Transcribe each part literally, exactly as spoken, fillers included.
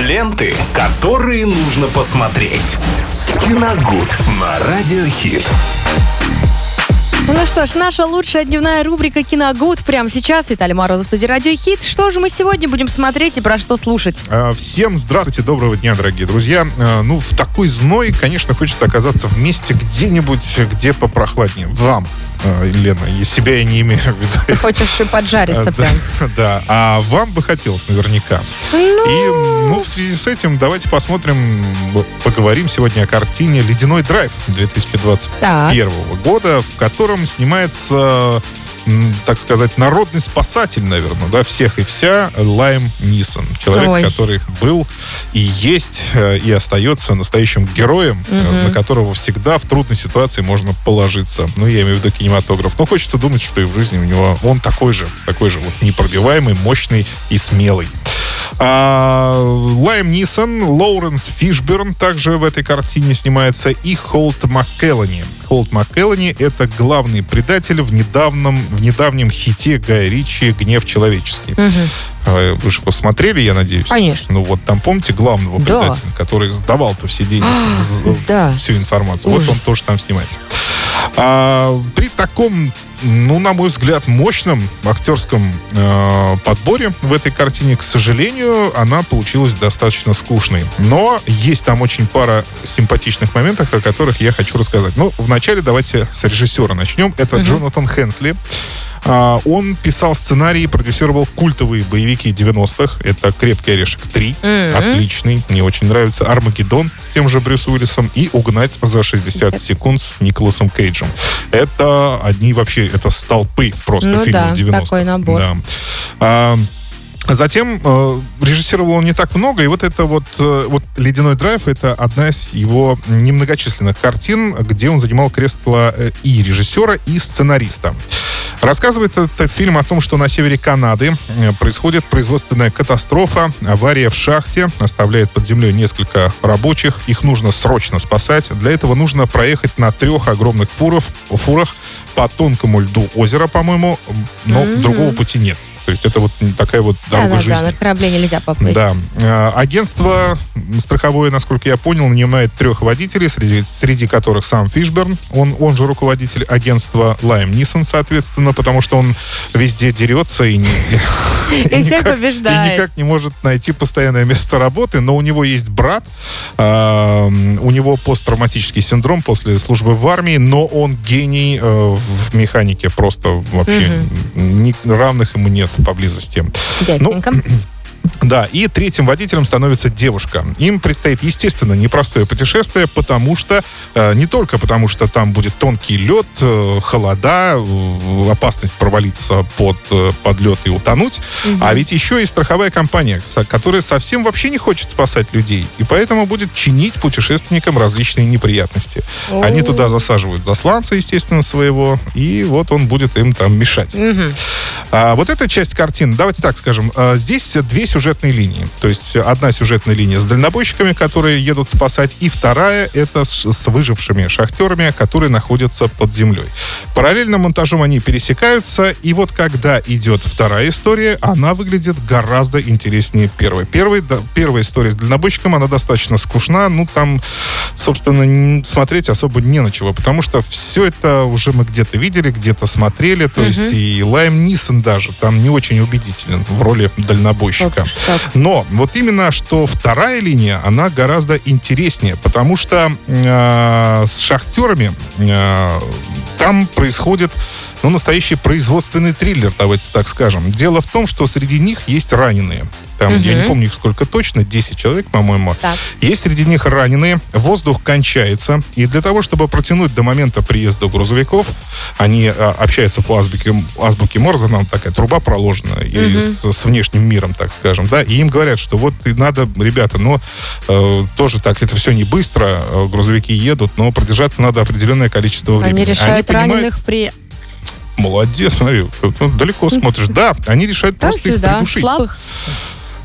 Ленты, которые нужно посмотреть. Киногуд на Радиохит. Ну что ж, наша лучшая дневная рубрика «Киногуд» прямо сейчас. Виталий Морозов, студия «Радиохит». Что же мы сегодня будем смотреть и про что слушать? Всем здравствуйте, доброго дня, дорогие друзья. Ну, в такой зной, конечно, хочется оказаться в месте где-нибудь, где попрохладнее. Вам, Лена, и себя я не имею в виду. Ты хочешь поджариться прям. Да, а вам бы хотелось наверняка. И, ну, в связи с этим давайте посмотрим, поговорим сегодня о картине «Ледяной драйв» две тысячи двадцать первого года, в котором снимается, так сказать, народный спасатель, наверное, да, всех и вся, Лайм Нисон. Человек, Ой. который был и есть, и остается настоящим героем, угу. на которого всегда в трудной ситуации можно положиться. Ну, я имею в виду кинематограф. Но хочется думать, что и в жизни у него он такой же, такой же вот непробиваемый, мощный и смелый. А, Лайм Нисон, Лоуренс Фишберн также в этой картине снимается, и Холт МакКеллани. Холт МакКеллани — это главный предатель в недавнем, в недавнем хите Гая Ричи «Гнев человеческий». Угу. Вы же посмотрели, я надеюсь? Конечно. Ну вот там, помните, главного да. предателя, который сдавал-то все деньги, да. всю информацию. Ужас. Вот он тоже там снимается. А, при таком, ну, на мой взгляд, мощном актерском э, подборе в этой картине, к сожалению, она получилась достаточно скучной. Но есть там очень пара симпатичных моментов, о которых я хочу рассказать. Ну, вначале давайте с режиссера начнем. Это uh-huh. Джонатан Хенсли. Uh, он писал сценарий и продюсировал культовые боевики девяностых. Это «Крепкий орешек три», mm-hmm. отличный, мне очень нравится. «Армагеддон» с тем же Брюс Уиллисом и «Угнать за шестьдесят секунд» с Николасом Кейджем. Это одни вообще, это столпы просто ну фильмов да, девяностых. Такой набор. Да. Uh, Затем э, режиссировал он не так много, и вот это вот, э, вот «Ледяной драйв» — это одна из его немногочисленных картин, где он занимал кресло э, и режиссера, и сценариста. Рассказывает этот фильм о том, что на севере Канады э, происходит производственная катастрофа, авария в шахте оставляет под землей несколько рабочих, их нужно срочно спасать. Для этого нужно проехать на трех огромных фурах, фурах по тонкому льду озера, по-моему, но mm-hmm. другого пути нет. То есть это вот такая вот дорога да, да, жизни. Да, на корабле нельзя поплыть. Да. Агентство страховое, насколько я понял, нанимает трех водителей, среди, среди которых сам Фишберн, он, он же руководитель агентства, Лайм Нисон, соответственно, потому что он везде дерется и, не, и, всех побеждает. И никак не может найти постоянное место работы, но у него есть брат, у него посттравматический синдром после службы в армии, но он гений в механике, просто вообще ни, равных ему нет поблизости. Ясненько. Ну, да, и третьим водителем становится девушка. Им предстоит, естественно, непростое путешествие, потому что, э, не только потому, что там будет тонкий лед, э, холода, э, опасность провалиться под, э, под лед и утонуть, угу. а ведь еще и страховая компания, которая совсем вообще не хочет спасать людей, и поэтому будет чинить путешественникам различные неприятности. О-о-о. Они туда засаживают засланца, естественно, своего, и вот он будет им там мешать. Угу. А, вот эта часть картины, давайте так скажем, а, здесь две сюжетные линии. То есть одна сюжетная линия с дальнобойщиками, которые едут спасать, и вторая — это с, с выжившими шахтерами, которые находятся под землей. Параллельно монтажом они пересекаются, и вот когда идет вторая история, она выглядит гораздо интереснее первой. Первый, да, первая история с дальнобойщиком, она достаточно скучна, ну там, собственно, смотреть особо не на чего, потому что все это уже мы где-то видели, где-то смотрели, то uh-huh. есть и Лайм Нисон даже там не очень убедителен в роли дальнобойщика. Но вот именно что вторая линия, она гораздо интереснее, потому что э, с шахтерами э, там происходит, ну, настоящий производственный триллер, давайте так скажем. Дело в том, что среди них есть раненые. Там, угу. я не помню их сколько точно, десять человек, по-моему. Так. Есть среди них раненые, воздух кончается, и для того, чтобы протянуть до момента приезда грузовиков, они а, общаются по азбуке, азбуке Морзе, нам такая труба проложена, угу. и с, с внешним миром, так скажем, да, и им говорят, что вот и надо, ребята, но э, тоже так, это все не быстро, грузовики едут, но продержаться надо определенное количество времени. Они решают они раненых при... Молодец, смотри, далеко смотришь. Да, они решают просто их придушить. Слабых.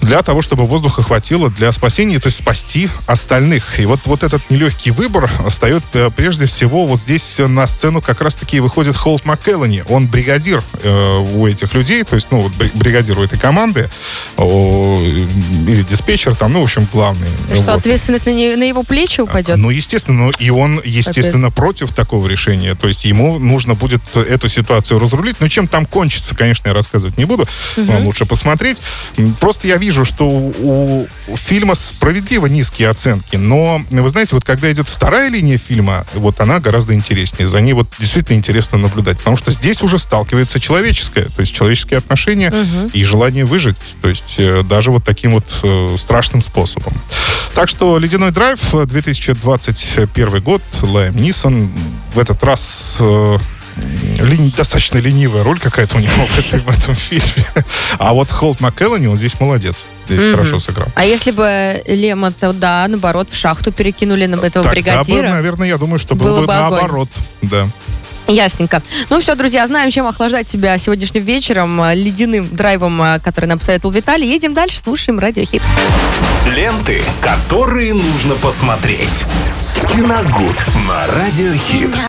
для того, чтобы воздуха хватило для спасения, то есть спасти остальных. И вот, вот этот нелегкий выбор встает прежде всего вот здесь на сцену как раз-таки выходит Холт МакКеллани. Он бригадир э, у этих людей, то есть, ну, вот бригадир у этой команды, о, или диспетчер там, ну, в общем, главный. Что, вот. Ответственность на, не, на его плечи упадет? Ну, естественно, и он, естественно, Опять. против такого решения. То есть ему нужно будет эту ситуацию разрулить. Но чем там кончится, конечно, я рассказывать не буду. Угу. Вам лучше посмотреть. Просто я вижу, что у, у фильма справедливо низкие оценки. Но, вы знаете, вот когда идет вторая линия фильма, вот она гораздо интереснее. За ней вот действительно интересно наблюдать. Потому что здесь уже сталкивается человеческое. То есть человеческие отношения угу. и желание выжить. То есть даже вот таким вот э, страшным способом. Так что «Ледяной драйв», две тысячи двадцать первый год, Лайм Нисон. В этот раз э, ли, достаточно ленивая роль какая-то у него в, этой, в этом фильме. А вот Холт МакКеллани, он здесь молодец. Здесь mm-hmm. хорошо сыграл. А если бы Лема-то, да, наоборот, в шахту перекинули на этого Тогда бригадира? Бы, наверное, я думаю, что было, было бы наоборот. Да. Ясненько. Ну все, друзья, знаем, чем охлаждать себя сегодняшним вечером, ледяным драйвом, который нам посоветовал Виталий. Едем дальше, слушаем Радиохит. Ленты, которые нужно посмотреть. Киногуд на Радиохит.